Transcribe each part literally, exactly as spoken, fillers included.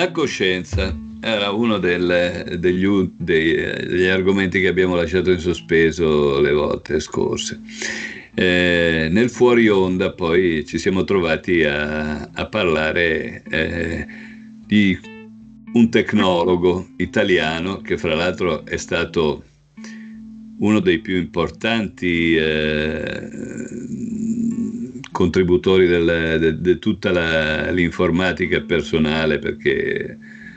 La coscienza era uno del- degli, u- dei- degli argomenti che abbiamo lasciato in sospeso le volte scorse. Eh, nel fuori onda poi ci siamo trovati a, a parlare eh, di un tecnologo italiano che fra l'altro è stato uno dei più importanti eh, contributori del- de, de tutta la- l'informatica personale, perché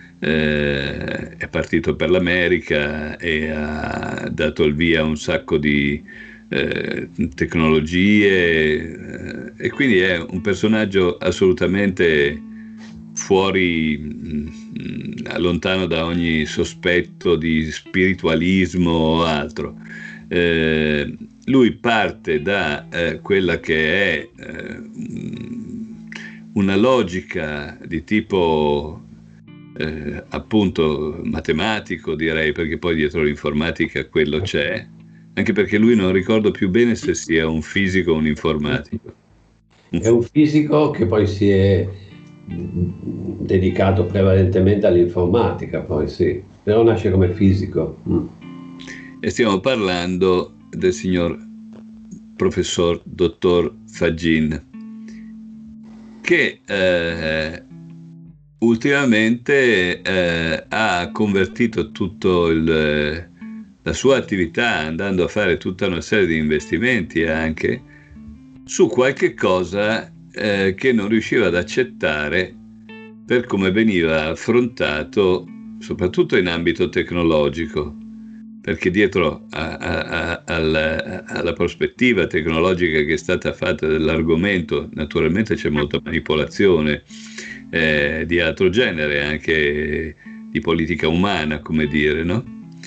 eh, è partito per l'America e ha dato il via a un sacco di eh, tecnologie, eh, e quindi è un personaggio assolutamente fuori, mh, lontano da ogni sospetto di spiritualismo o altro. Eh, lui parte da eh, quella che è eh, una logica di tipo eh, appunto matematico, direi, perché poi dietro l'informatica quello c'è, anche perché lui non ricordo più bene se sia un fisico o un informatico. È un fisico che poi si è mh, dedicato prevalentemente all'informatica, poi sì, però nasce come fisico. Mm. E stiamo parlando del signor professor dottor Fagin, che eh, ultimamente eh, ha convertito tutto il, la sua attività, andando a fare tutta una serie di investimenti anche su qualche cosa eh, che non riusciva ad accettare per come veniva affrontato, soprattutto in ambito tecnologico, perché dietro a- a- a- al- alla prospettiva tecnologica che è stata fatta dell'argomento, naturalmente c'è molta manipolazione eh, di altro genere, anche di politica umana, come dire, no?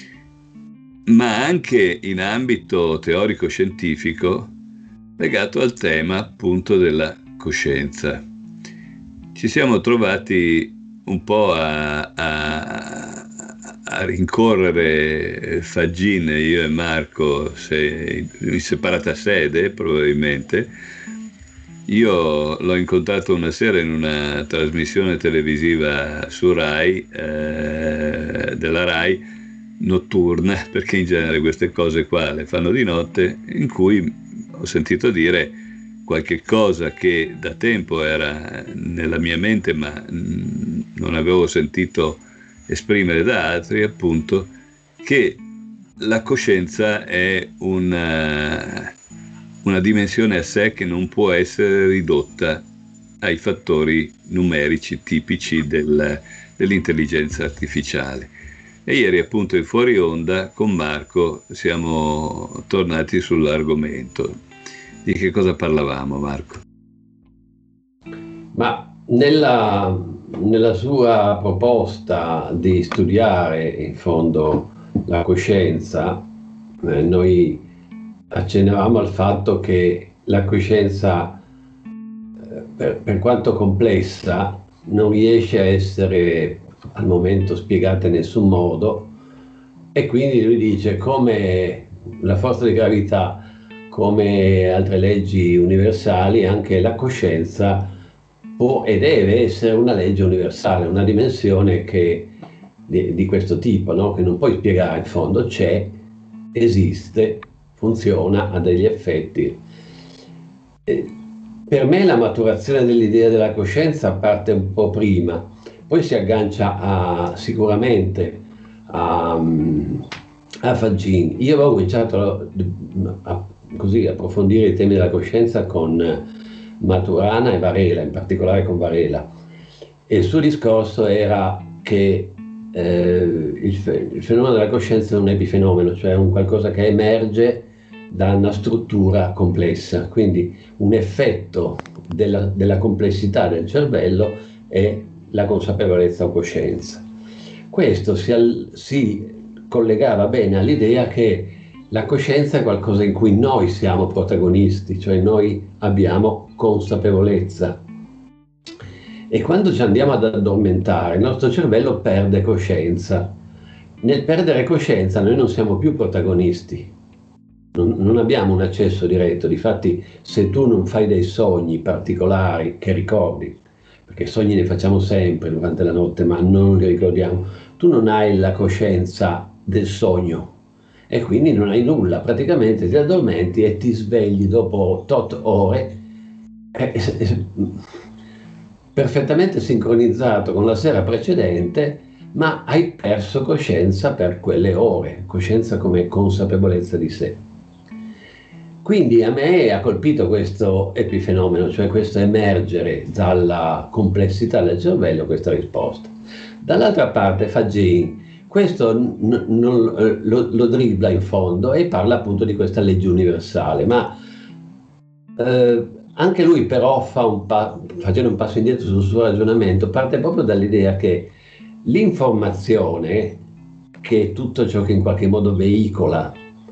Ma anche in ambito teorico-scientifico legato al tema appunto della coscienza. Ci siamo trovati un po' a, a- a rincorrere Fagin, io e Marco, se- in separata sede probabilmente. Io l'ho incontrato una sera in una trasmissione televisiva su Rai, eh, della Rai, notturna, perché in genere queste cose qua le fanno di notte, in cui ho sentito dire qualche cosa che da tempo era nella mia mente, ma mh, non avevo sentito esprimere da altri, appunto, che la coscienza è una, una dimensione a sé che non può essere ridotta ai fattori numerici tipici del- dell'intelligenza artificiale. E ieri appunto in fuori onda con Marco siamo tornati sull'argomento. Di che cosa parlavamo, Marco? Ma nella, nella sua proposta di studiare in fondo la coscienza, eh, noi accennavamo al fatto che la coscienza, eh, per, per quanto complessa, non riesce a essere al momento spiegata in nessun modo, e quindi lui dice come la forza di gravità, come altre leggi universali, anche la coscienza può e deve essere una legge universale, una dimensione che, di, di questo tipo, no? Che non puoi spiegare, in fondo c'è, esiste, funziona, ha degli effetti. Eh, per me la maturazione dell'idea della coscienza parte un po' prima, poi si aggancia a, sicuramente a, a Fagin. Io avevo cominciato a, così, approfondire i temi della coscienza con Maturana e Varela, in particolare con Varela, e il suo discorso era che eh, il, fe- il fenomeno della coscienza è un epifenomeno, cioè un qualcosa che emerge da una struttura complessa, quindi un effetto della, della complessità del cervello è la consapevolezza o coscienza. Questo si, al- si collegava bene all'idea che la coscienza è qualcosa in cui noi siamo protagonisti, cioè noi abbiamo consapevolezza. E quando ci andiamo ad addormentare, il nostro cervello perde coscienza. Nel perdere coscienza noi non siamo più protagonisti, non, non abbiamo un accesso diretto. Difatti, se tu non fai dei sogni particolari che ricordi, perché sogni ne facciamo sempre durante la notte, ma non li ricordiamo. Tu non hai la coscienza del sogno e quindi non hai nulla, praticamente ti addormenti e ti svegli dopo tot ore, eh, eh, perfettamente sincronizzato con la sera precedente, ma hai perso coscienza per quelle ore, coscienza come consapevolezza di sé. Quindi a me ha colpito questo epifenomeno, cioè questo emergere dalla complessità del cervello, questa risposta. Dall'altra parte Fagin questo n- non- lo, lo dribbla in fondo e parla appunto di questa legge universale, ma eh, anche lui però fa un pa- facendo un passo indietro sul suo ragionamento, parte proprio dall'idea che l'informazione, che è tutto ciò che in qualche modo veicola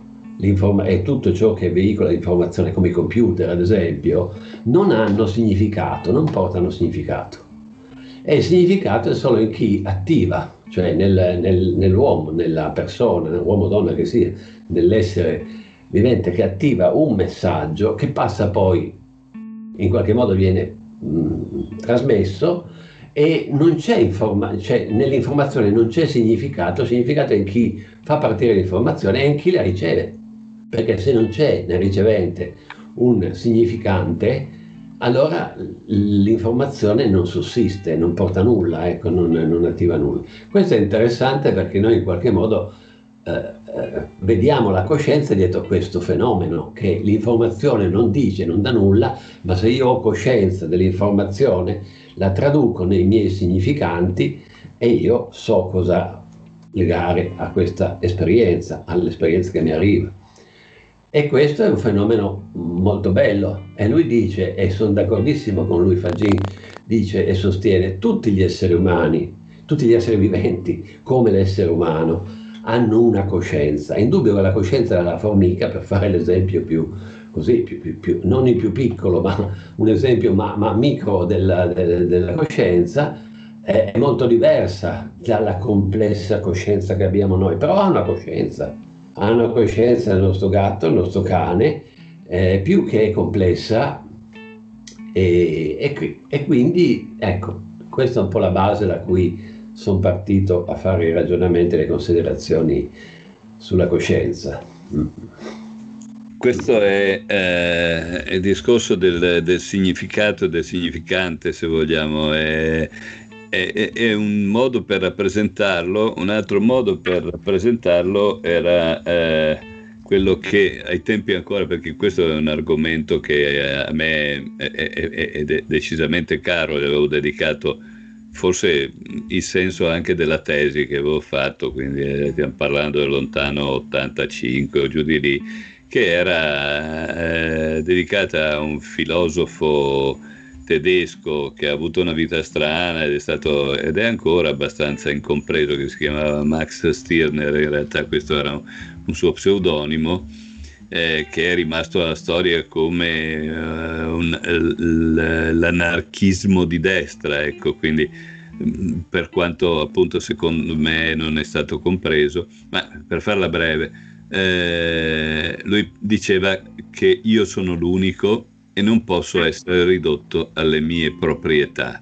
è tutto ciò che veicola l'informazione, come i computer ad esempio, non hanno significato, non portano significato. E il significato è solo in chi attiva, cioè nel, nel, nell'uomo, nella persona, nell'uomo o donna che sia, nell'essere vivente che attiva un messaggio che passa poi, in qualche modo viene mh, trasmesso e non c'è informa- cioè, nell'informazione non c'è significato, il significato è in chi fa partire l'informazione e in chi la riceve, perché se non c'è nel ricevente un significante, allora l'informazione non sussiste, non porta nulla, ecco, non, non attiva nulla. Questo è interessante perché noi in qualche modo eh, eh, vediamo la coscienza dietro questo fenomeno, che l'informazione non dice, non dà nulla, ma se io ho coscienza dell'informazione, la traduco nei miei significanti e io so cosa legare a questa esperienza, all'esperienza che mi arriva. E questo è un fenomeno molto bello. E lui dice, e sono d'accordissimo con lui, Fagin, dice e sostiene, tutti gli esseri umani, tutti gli esseri viventi, come l'essere umano, hanno una coscienza. È indubbio che la coscienza della formica, per fare l'esempio più così, più, più, più, non il più piccolo, ma un esempio ma, ma micro della, della, della coscienza, è molto diversa dalla complessa coscienza che abbiamo noi, però ha una coscienza ha una coscienza del nostro gatto, il nostro cane, eh, più che complessa e, e, e quindi ecco, questa è un po' la base da cui sono partito a fare i ragionamenti e le considerazioni sulla coscienza. Questo è, eh, è il discorso del, del significato, del significante, se vogliamo, è, è, è un modo per rappresentarlo. Un altro modo per rappresentarlo era eh, quello che ai tempi ancora, perché questo è un argomento che a me è, è, è, è decisamente caro, gli avevo dedicato forse il senso anche della tesi che avevo fatto, quindi eh, stiamo parlando del lontano ottantacinque o giù di lì, che era eh, dedicata a un filosofo tedesco che ha avuto una vita strana ed è stato ed è ancora abbastanza incompreso, che si chiamava Max Stirner. In realtà questo era un, un suo pseudonimo, eh, che è rimasto alla storia come uh, un, l, l'anarchismo di destra, ecco, quindi per quanto appunto secondo me non è stato compreso, ma per farla breve, eh, lui diceva che io sono l'unico e non posso essere ridotto alle mie proprietà.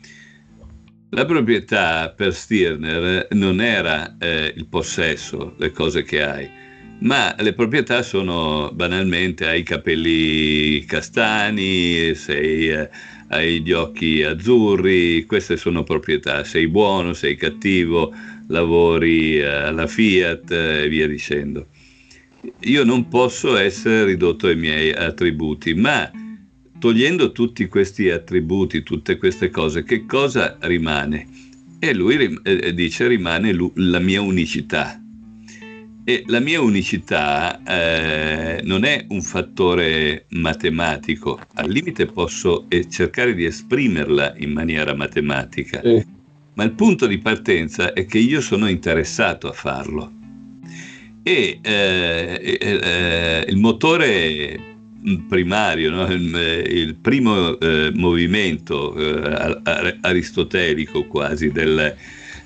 La proprietà per Stirner non era eh, il possesso, le cose che hai, ma le proprietà sono banalmente: hai i capelli castani, sei, eh, hai gli occhi azzurri, queste sono proprietà. Sei buono, sei cattivo, lavori eh, alla Fiat e via dicendo. Io non posso essere ridotto ai miei attributi, ma togliendo tutti questi attributi, tutte queste cose, che cosa rimane? E lui rim- eh, dice rimane lu- la mia unicità. E la mia unicità eh, non è un fattore matematico, al limite posso eh, cercare di esprimerla in maniera matematica, Sì. ma il punto di partenza è che io sono interessato a farlo. E eh, eh, il motore primario, no? il, il primo eh, movimento eh, aristotelico quasi del,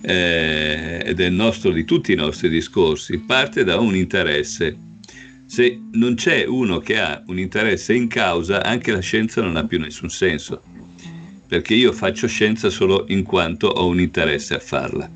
eh, del nostro, di tutti i nostri discorsi, parte da un interesse. Se non c'è uno che ha un interesse in causa, anche la scienza non ha più nessun senso. perché io faccio scienza solo in quanto ho un interesse a farla.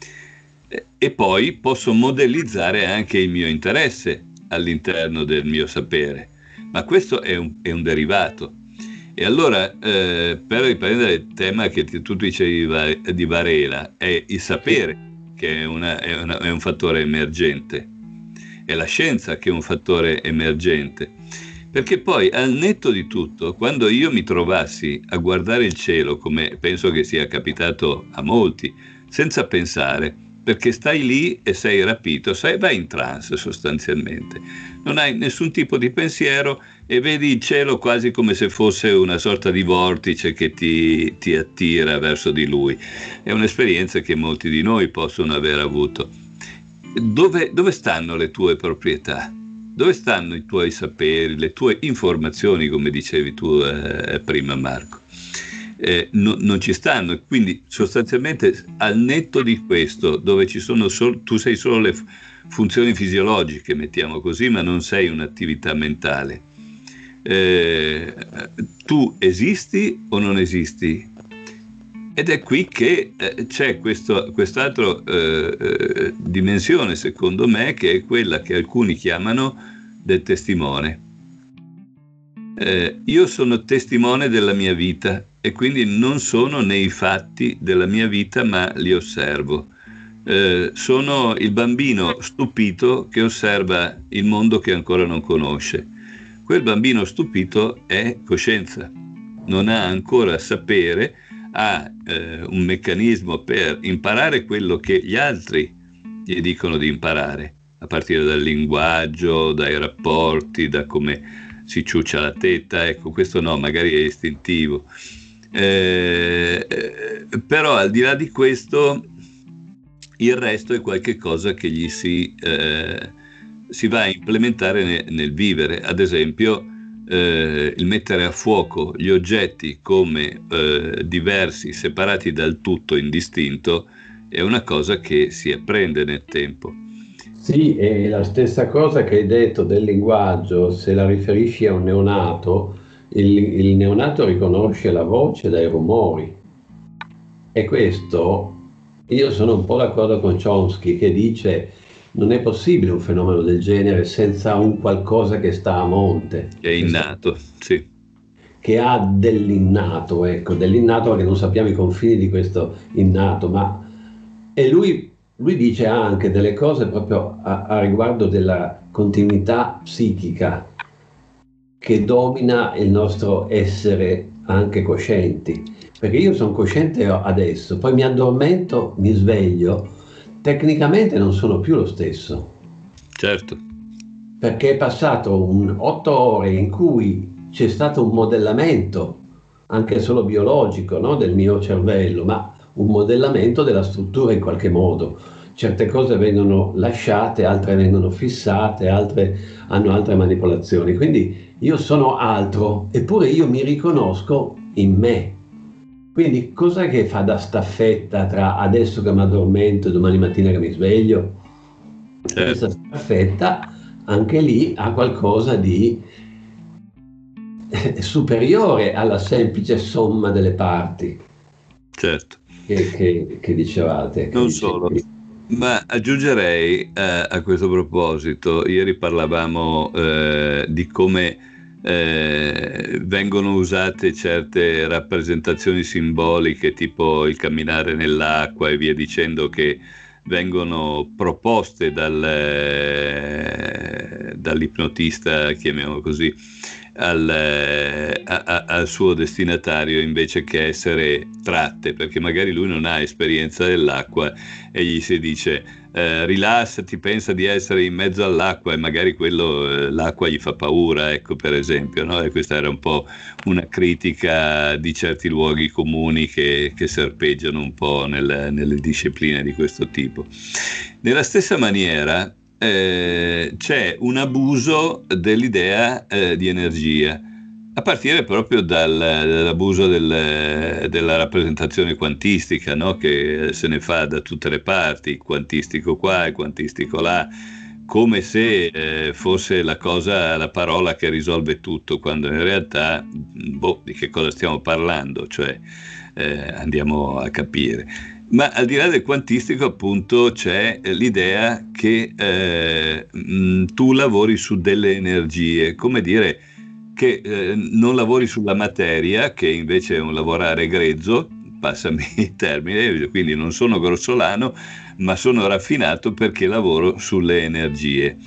E poi posso modellizzare anche il mio interesse all'interno del mio sapere, ma questo è un, è un derivato. E allora, eh, per riprendere il tema che tu dicevi di Varela, è il sapere che è, una, è, una, è un fattore emergente, è la scienza che è un fattore emergente, perché poi al netto di tutto, quando io mi trovassi a guardare il cielo, come penso che sia capitato a molti, senza pensare, perché stai lì e sei rapito, sei, vai in trance sostanzialmente, non hai nessun tipo di pensiero e vedi il cielo quasi come se fosse una sorta di vortice che ti, ti attira verso di lui. È un'esperienza che molti di noi possono aver avuto. Dove, dove stanno le tue proprietà? Dove stanno i tuoi saperi, le tue informazioni, come dicevi tu eh, prima, Marco? Eh, no, non ci stanno, quindi sostanzialmente al netto di questo, dove ci sono sol- tu sei solo le f- funzioni fisiologiche, mettiamo così, ma non sei un'attività mentale. Eh, tu esisti o non esisti? Ed è qui che eh, c'è questo, quest'altra eh, eh, dimensione, secondo me, che è quella che alcuni chiamano del testimone. Eh, io sono testimone della mia vita e quindi non sono nei fatti della mia vita, ma li osservo. Eh, sono il bambino stupito che osserva il mondo che ancora non conosce. Quel bambino stupito è coscienza, non ha ancora sapere, ha eh, un meccanismo per imparare quello che gli altri gli dicono di imparare, a partire dal linguaggio, dai rapporti, da come si ciuccia la tetta, ecco, questo no, magari è istintivo. Eh, però al di là di questo, il resto è qualche cosa che gli si, eh, si va a implementare nel, nel vivere. Ad esempio, eh, il mettere a fuoco gli oggetti come eh, diversi, separati dal tutto, indistinto, è una cosa che si apprende nel tempo. Sì, è la stessa cosa che hai detto del linguaggio, se la riferisci a un neonato, il, il neonato riconosce la voce dai rumori. E questo, io sono un po' d'accordo con Chomsky che dice non è possibile un fenomeno del genere senza un qualcosa che sta a monte. È innato, sì. Che ha dell'innato, ecco, dell'innato perché non sappiamo i confini di questo innato, ma e lui, lui dice anche delle cose proprio a, a riguardo della continuità psichica che domina il nostro essere anche coscienti, perché io sono cosciente adesso, poi mi addormento, mi sveglio, tecnicamente non sono più lo stesso. Certo. Perché è passato un otto ore in cui c'è stato un modellamento, anche solo biologico, no, del mio cervello, ma un modellamento della struttura in qualche modo. Certe cose vengono lasciate, altre vengono fissate, altre hanno altre manipolazioni. Quindi io sono altro, eppure io mi riconosco in me. Quindi cos'è che fa da staffetta tra adesso che mi addormento e domani mattina che mi sveglio? Certo. Questa staffetta anche lì ha qualcosa di superiore alla semplice somma delle parti. Certo. Che, che, che dicevate. Che non dicevi. Solo, ma aggiungerei eh, a questo proposito, ieri parlavamo eh, di come eh, vengono usate certe rappresentazioni simboliche, tipo il camminare nell'acqua e via dicendo, che vengono proposte dal, eh, dall'ipnotista, chiamiamolo così, al, eh, a, a, al suo destinatario, invece che essere tratte, perché magari lui non ha esperienza dell'acqua e gli si dice eh, rilassati, pensa di essere in mezzo all'acqua, e magari quello eh, l'acqua gli fa paura, ecco, per esempio, no? E questa era un po' una critica di certi luoghi comuni che, che serpeggiano un po' nel, nelle discipline di questo tipo. Nella stessa maniera eh, c'è un abuso dell'idea eh, di energia, a partire proprio dal, dall'abuso del, della rappresentazione quantistica, no? Che se ne fa da tutte le parti, quantistico qua e quantistico là, come se eh, fosse la cosa, la parola che risolve tutto, quando in realtà, boh, di che cosa stiamo parlando, cioè eh, andiamo a capire. Ma al di là del quantistico, appunto, c'è l'idea che eh, mh, tu lavori su delle energie, come dire che eh, non lavori sulla materia, che invece è un lavorare grezzo, passami il termine, quindi non sono grossolano, ma sono raffinato perché lavoro sulle energie.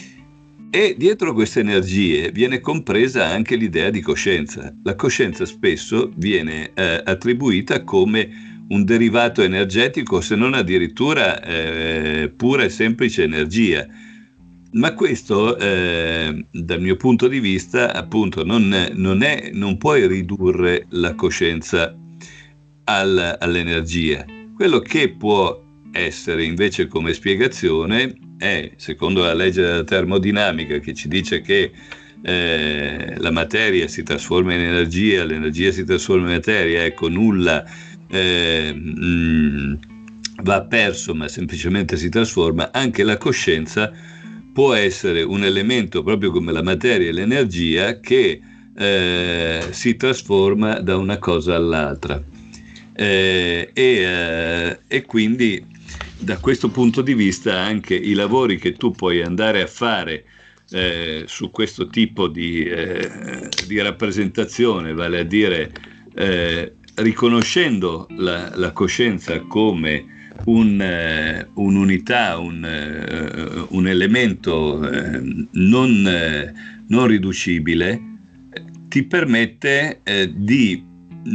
E dietro queste energie viene compresa anche l'idea di coscienza. La coscienza spesso viene eh, attribuita come un derivato energetico, se non addirittura eh, pura e semplice energia. Ma questo, eh, dal mio punto di vista, appunto, non, non, è, non puoi ridurre la coscienza al, all'energia. Quello che può essere invece come spiegazione è, secondo la legge della termodinamica, che ci dice che eh, la materia si trasforma in energia, l'energia si trasforma in materia, ecco, nulla eh, mh, va perso, ma semplicemente si trasforma. Anche la coscienza può essere un elemento, proprio come la materia e l'energia, che eh, si trasforma da una cosa all'altra. Eh, e, eh, e quindi da questo punto di vista anche i lavori che tu puoi andare a fare eh, su questo tipo di, eh, di rappresentazione, vale a dire eh, riconoscendo la, la coscienza come un, eh, un'unità, un, eh, un elemento eh, non, eh, non riducibile, ti permette eh, di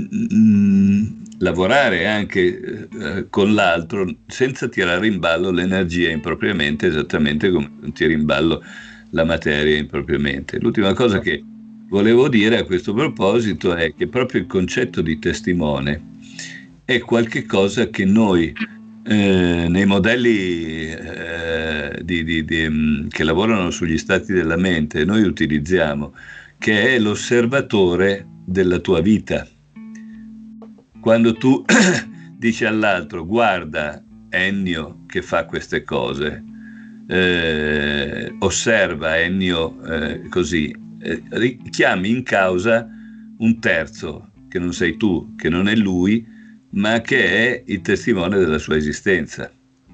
mh, lavorare anche eh, con l'altro senza tirare in ballo l'energia impropriamente, esattamente come non tiri in ballo la materia impropriamente. L'ultima cosa che volevo dire a questo proposito è che proprio il concetto di testimone è qualche cosa che noi eh, nei modelli eh, di, di, di, mh, che lavorano sugli stati della mente noi utilizziamo, che è l'osservatore della tua vita. Quando tu dici all'altro guarda Ennio che fa queste cose, eh, osserva Ennio eh, così, eh, chiami in causa un terzo che non sei tu, che non è lui, ma che è il testimone della sua esistenza.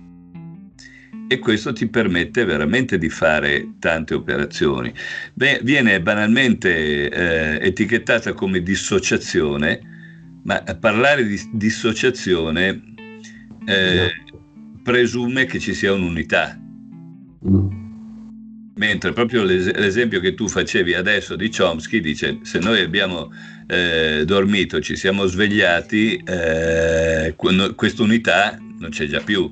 E questo ti permette veramente di fare tante operazioni. Beh, viene banalmente eh, etichettata come dissociazione, ma parlare di dissociazione eh, presume che ci sia un'unità. Mm. Mentre proprio l'es- l'esempio che tu facevi adesso di Chomsky dice: se noi abbiamo eh, dormito, ci siamo svegliati, eh, questa unità non c'è già più.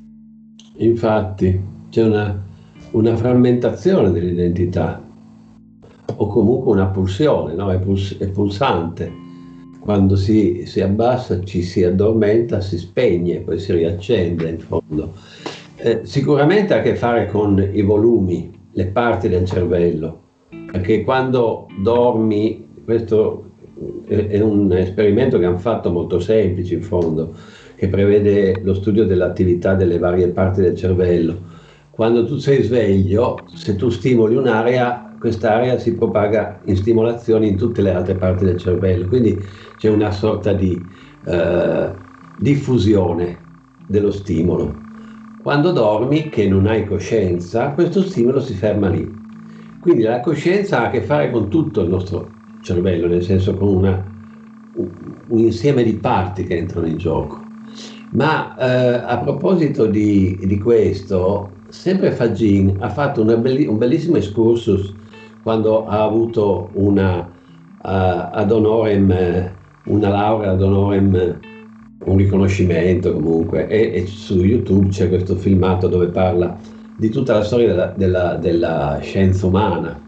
Infatti c'è una, una frammentazione dell'identità, o comunque una pulsione, no? È, puls- è pulsante. Quando si, si abbassa, ci si addormenta, si spegne, poi si riaccende in fondo. Eh, sicuramente ha a che fare con i volumi, le parti del cervello, perché quando dormi, questo è, è un esperimento che hanno fatto molto semplice in fondo, che prevede lo studio dell'attività delle varie parti del cervello. Quando tu sei sveglio, se tu stimoli un'area, quest'area si propaga in stimolazioni in tutte le altre parti del cervello, quindi c'è una sorta di eh, diffusione dello stimolo. Quando dormi, che non hai coscienza, questo stimolo si ferma lì. Quindi la coscienza ha a che fare con tutto il nostro cervello, nel senso con una, un insieme di parti che entrano in gioco. Ma eh, a proposito di, di questo, sempre Fagin ha fatto una belli, un bellissimo excursus quando ha avuto una uh, ad honorem, una laurea ad honorem, un riconoscimento comunque, e, e su YouTube c'è questo filmato dove parla di tutta la storia della, della, della scienza umana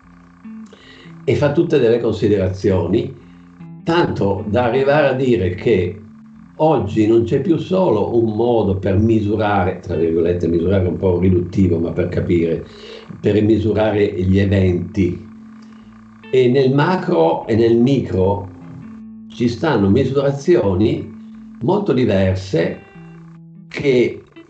e fa tutte delle considerazioni, tanto da arrivare a dire che oggi non c'è più solo un modo per misurare, tra virgolette, misurare è un po' riduttivo, ma per capire, per misurare gli eventi. E nel macro e nel micro ci stanno misurazioni molto diverse che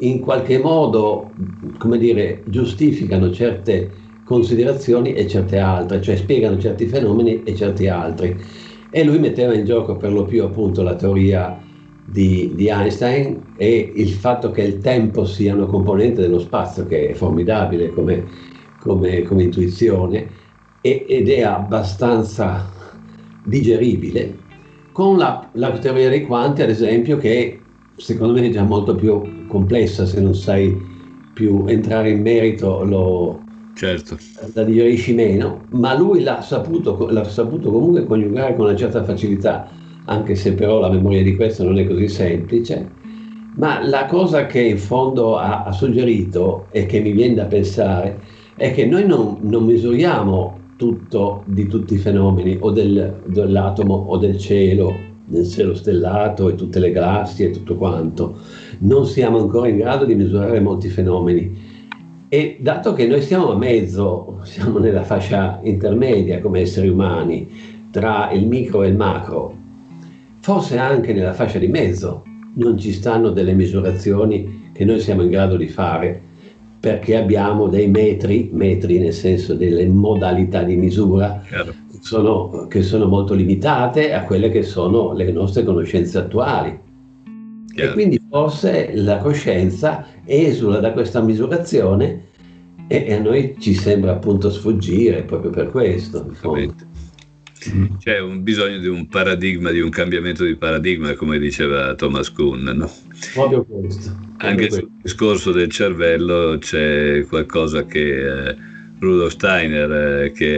in qualche modo, come dire, giustificano certe considerazioni e certe altre, cioè spiegano certi fenomeni e certi altri. E lui metteva in gioco per lo più appunto la teoria di, di Einstein e il fatto che il tempo sia una componente dello spazio, che è formidabile come, come, come intuizione, e, ed è abbastanza digeribile, con la, la teoria dei quanti, ad esempio, che secondo me è già molto più complessa, se non sai più entrare in merito lo, certo, la digerisci meno, ma lui l'ha saputo, l'ha saputo comunque coniugare con una certa facilità, anche se però la memoria di questo non è così semplice. Ma la cosa che in fondo ha, ha suggerito e che mi viene da pensare è che noi non, non misuriamo tutto di tutti i fenomeni o del, dell'atomo o del cielo, del cielo stellato e tutte le galassie e tutto quanto. Non siamo ancora in grado di misurare molti fenomeni. E dato che noi siamo a mezzo, siamo nella fascia intermedia come esseri umani tra il micro e il macro, forse anche nella fascia di mezzo non ci stanno delle misurazioni che noi siamo in grado di fare, perché abbiamo dei metri, metri nel senso delle modalità di misura, che sono, che sono molto limitate a quelle che sono le nostre conoscenze attuali. Chiaro. E quindi forse la coscienza esula da questa misurazione e, e a noi ci sembra appunto sfuggire proprio per questo. In fondo. C'è un bisogno di un paradigma, di un cambiamento di paradigma, come diceva Thomas Kuhn, no? Proprio questo. Proprio Anche questo. sul discorso del cervello c'è qualcosa che eh, Rudolf Steiner, eh, che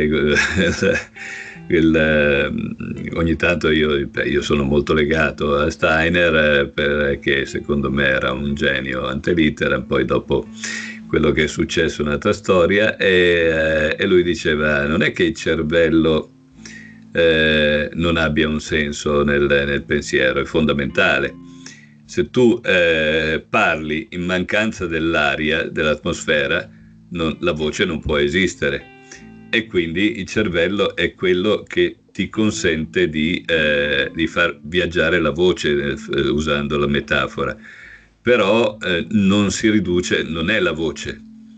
il, eh, ogni tanto io, io sono molto legato a Steiner, eh, perché secondo me era un genio ante litteram, poi dopo quello che è successo è un'altra storia, e, eh, e lui diceva: non è che il cervello eh, non abbia un senso nel, nel pensiero, è fondamentale. Se tu eh, parli in mancanza dell'aria, dell'atmosfera, non, la voce non può esistere, e quindi il cervello è quello che ti consente di, eh, di far viaggiare la voce, eh, usando la metafora, però eh, non si riduce, non è la voce.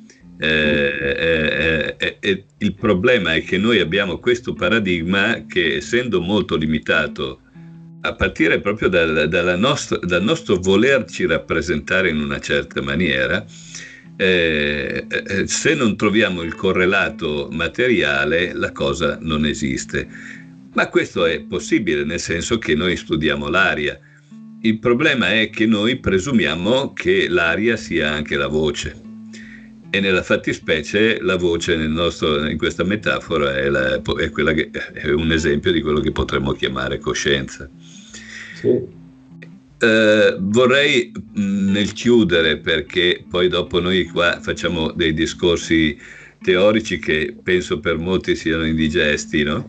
Eh, eh, eh, eh, il problema è che noi abbiamo questo paradigma che, essendo molto limitato, a partire proprio dal, dalla nostra, dal nostro volerci rappresentare in una certa maniera, eh, eh, se non troviamo il correlato materiale, la cosa non esiste. Ma questo è possibile, nel senso che noi studiamo l'aria. Il problema è che noi presumiamo che l'aria sia anche la voce. E nella fattispecie la voce nel nostro, in questa metafora è, la, è, quella che, è un esempio di quello che potremmo chiamare coscienza. Sì. Eh, vorrei mh, nel chiudere, perché poi dopo noi qua facciamo dei discorsi teorici che penso per molti siano indigesti, no?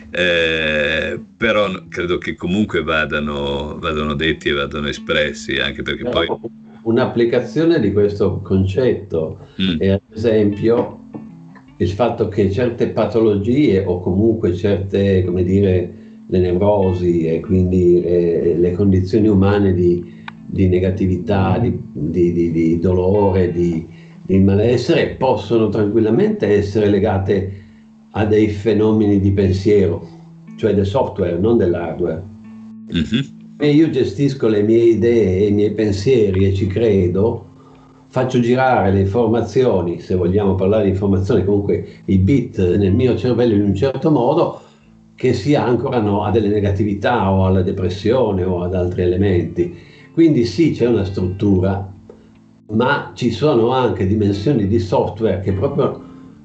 Eh, però credo che comunque vadano, vadano detti e vadano espressi, anche perché poi... Un'applicazione di questo concetto mm. è ad esempio il fatto che certe patologie o comunque certe, come dire, le nevrosi e quindi eh, le condizioni umane di, di negatività, di, di, di, di dolore, di, di malessere possono tranquillamente essere legate a dei fenomeni di pensiero, cioè del software, non dell'hardware. Mm-hmm. E io gestisco le mie idee e i miei pensieri e ci credo, faccio girare le informazioni, se vogliamo parlare di informazioni, comunque i bit nel mio cervello in un certo modo che si ancorano a delle negatività o alla depressione o ad altri elementi. Quindi sì, c'è una struttura, ma ci sono anche dimensioni di software che proprio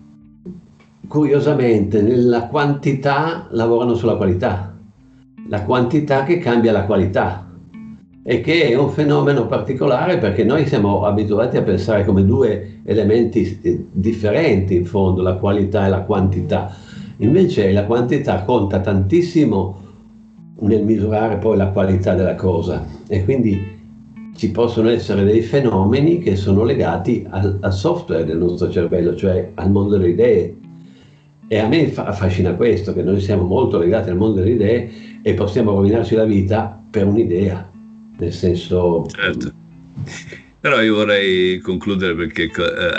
curiosamente nella quantità lavorano sulla qualità. La quantità che cambia la qualità, e che è un fenomeno particolare perché noi siamo abituati a pensare come due elementi differenti in fondo, la qualità e la quantità. Invece la quantità conta tantissimo nel misurare poi la qualità della cosa, e quindi ci possono essere dei fenomeni che sono legati al, al software del nostro cervello, cioè al mondo delle idee. E a me affascina questo, che noi siamo molto legati al mondo delle idee e possiamo rovinarci la vita per un'idea, nel senso... Certo. Però io vorrei concludere perché,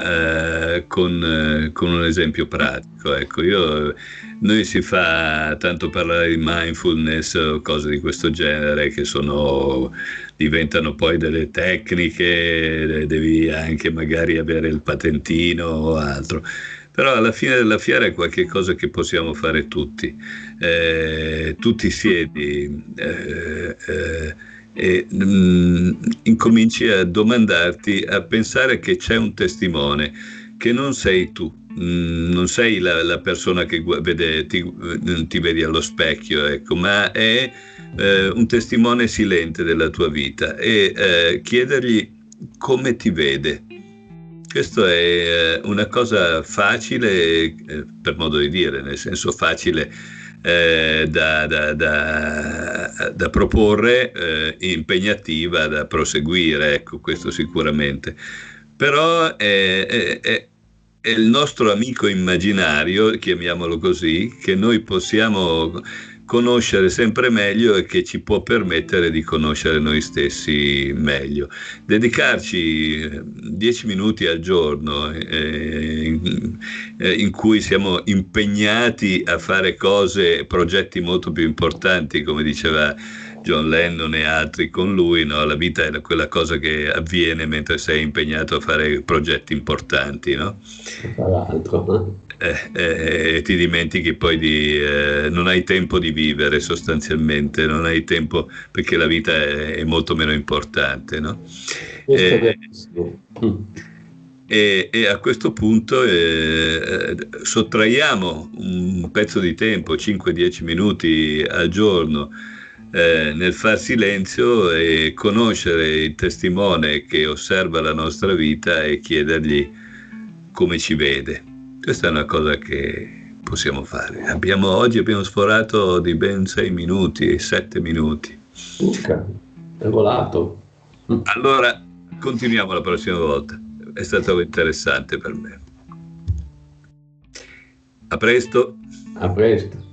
eh, con, eh, con un esempio pratico. Ecco, io, noi si fa tanto parlare di mindfulness o cose di questo genere che sono, diventano poi delle tecniche, devi anche magari avere il patentino o altro. Però alla fine della fiera è qualcosa che possiamo fare tutti. Eh, tu ti siedi, eh, eh, e mm, incominci a domandarti, a pensare che c'è un testimone, che non sei tu, mm, non sei la, la persona che gu- vede, ti, eh, ti vedi allo specchio, ecco, ma è eh, un testimone silente della tua vita, e eh, chiedergli come ti vede. Questo è eh, una cosa facile, eh, per modo di dire, nel senso facile, eh, da, da- da- da proporre, eh, impegnativa da proseguire, ecco, questo sicuramente. Però è, è- è- è il nostro amico immaginario, chiamiamolo così, che noi possiamo conoscere sempre meglio e che ci può permettere di conoscere noi stessi meglio. Dedicarci eh, dieci minuti al giorno, eh, in, eh, in cui siamo impegnati a fare cose, progetti molto più importanti, come diceva John Lennon e altri con lui, no? La vita è quella cosa che avviene mentre sei impegnato a fare progetti importanti, no? Tra l'altro. Eh, eh, e ti dimentichi poi di eh, non hai tempo di vivere, sostanzialmente non hai tempo, perché la vita è, è molto meno importante, no? Questo è Eh, verissimo. Mm. e, e a questo punto eh, sottraiamo un pezzo di tempo, cinque dieci minuti al giorno, eh, nel far silenzio e conoscere il testimone che osserva la nostra vita e chiedergli come ci vede. Questa è una cosa che possiamo fare. Abbiamo, oggi abbiamo sforato di ben sei minuti, sette minuti. Urca, è volato. Mm. Allora, continuiamo la prossima volta. È stato interessante per me. A presto. A presto.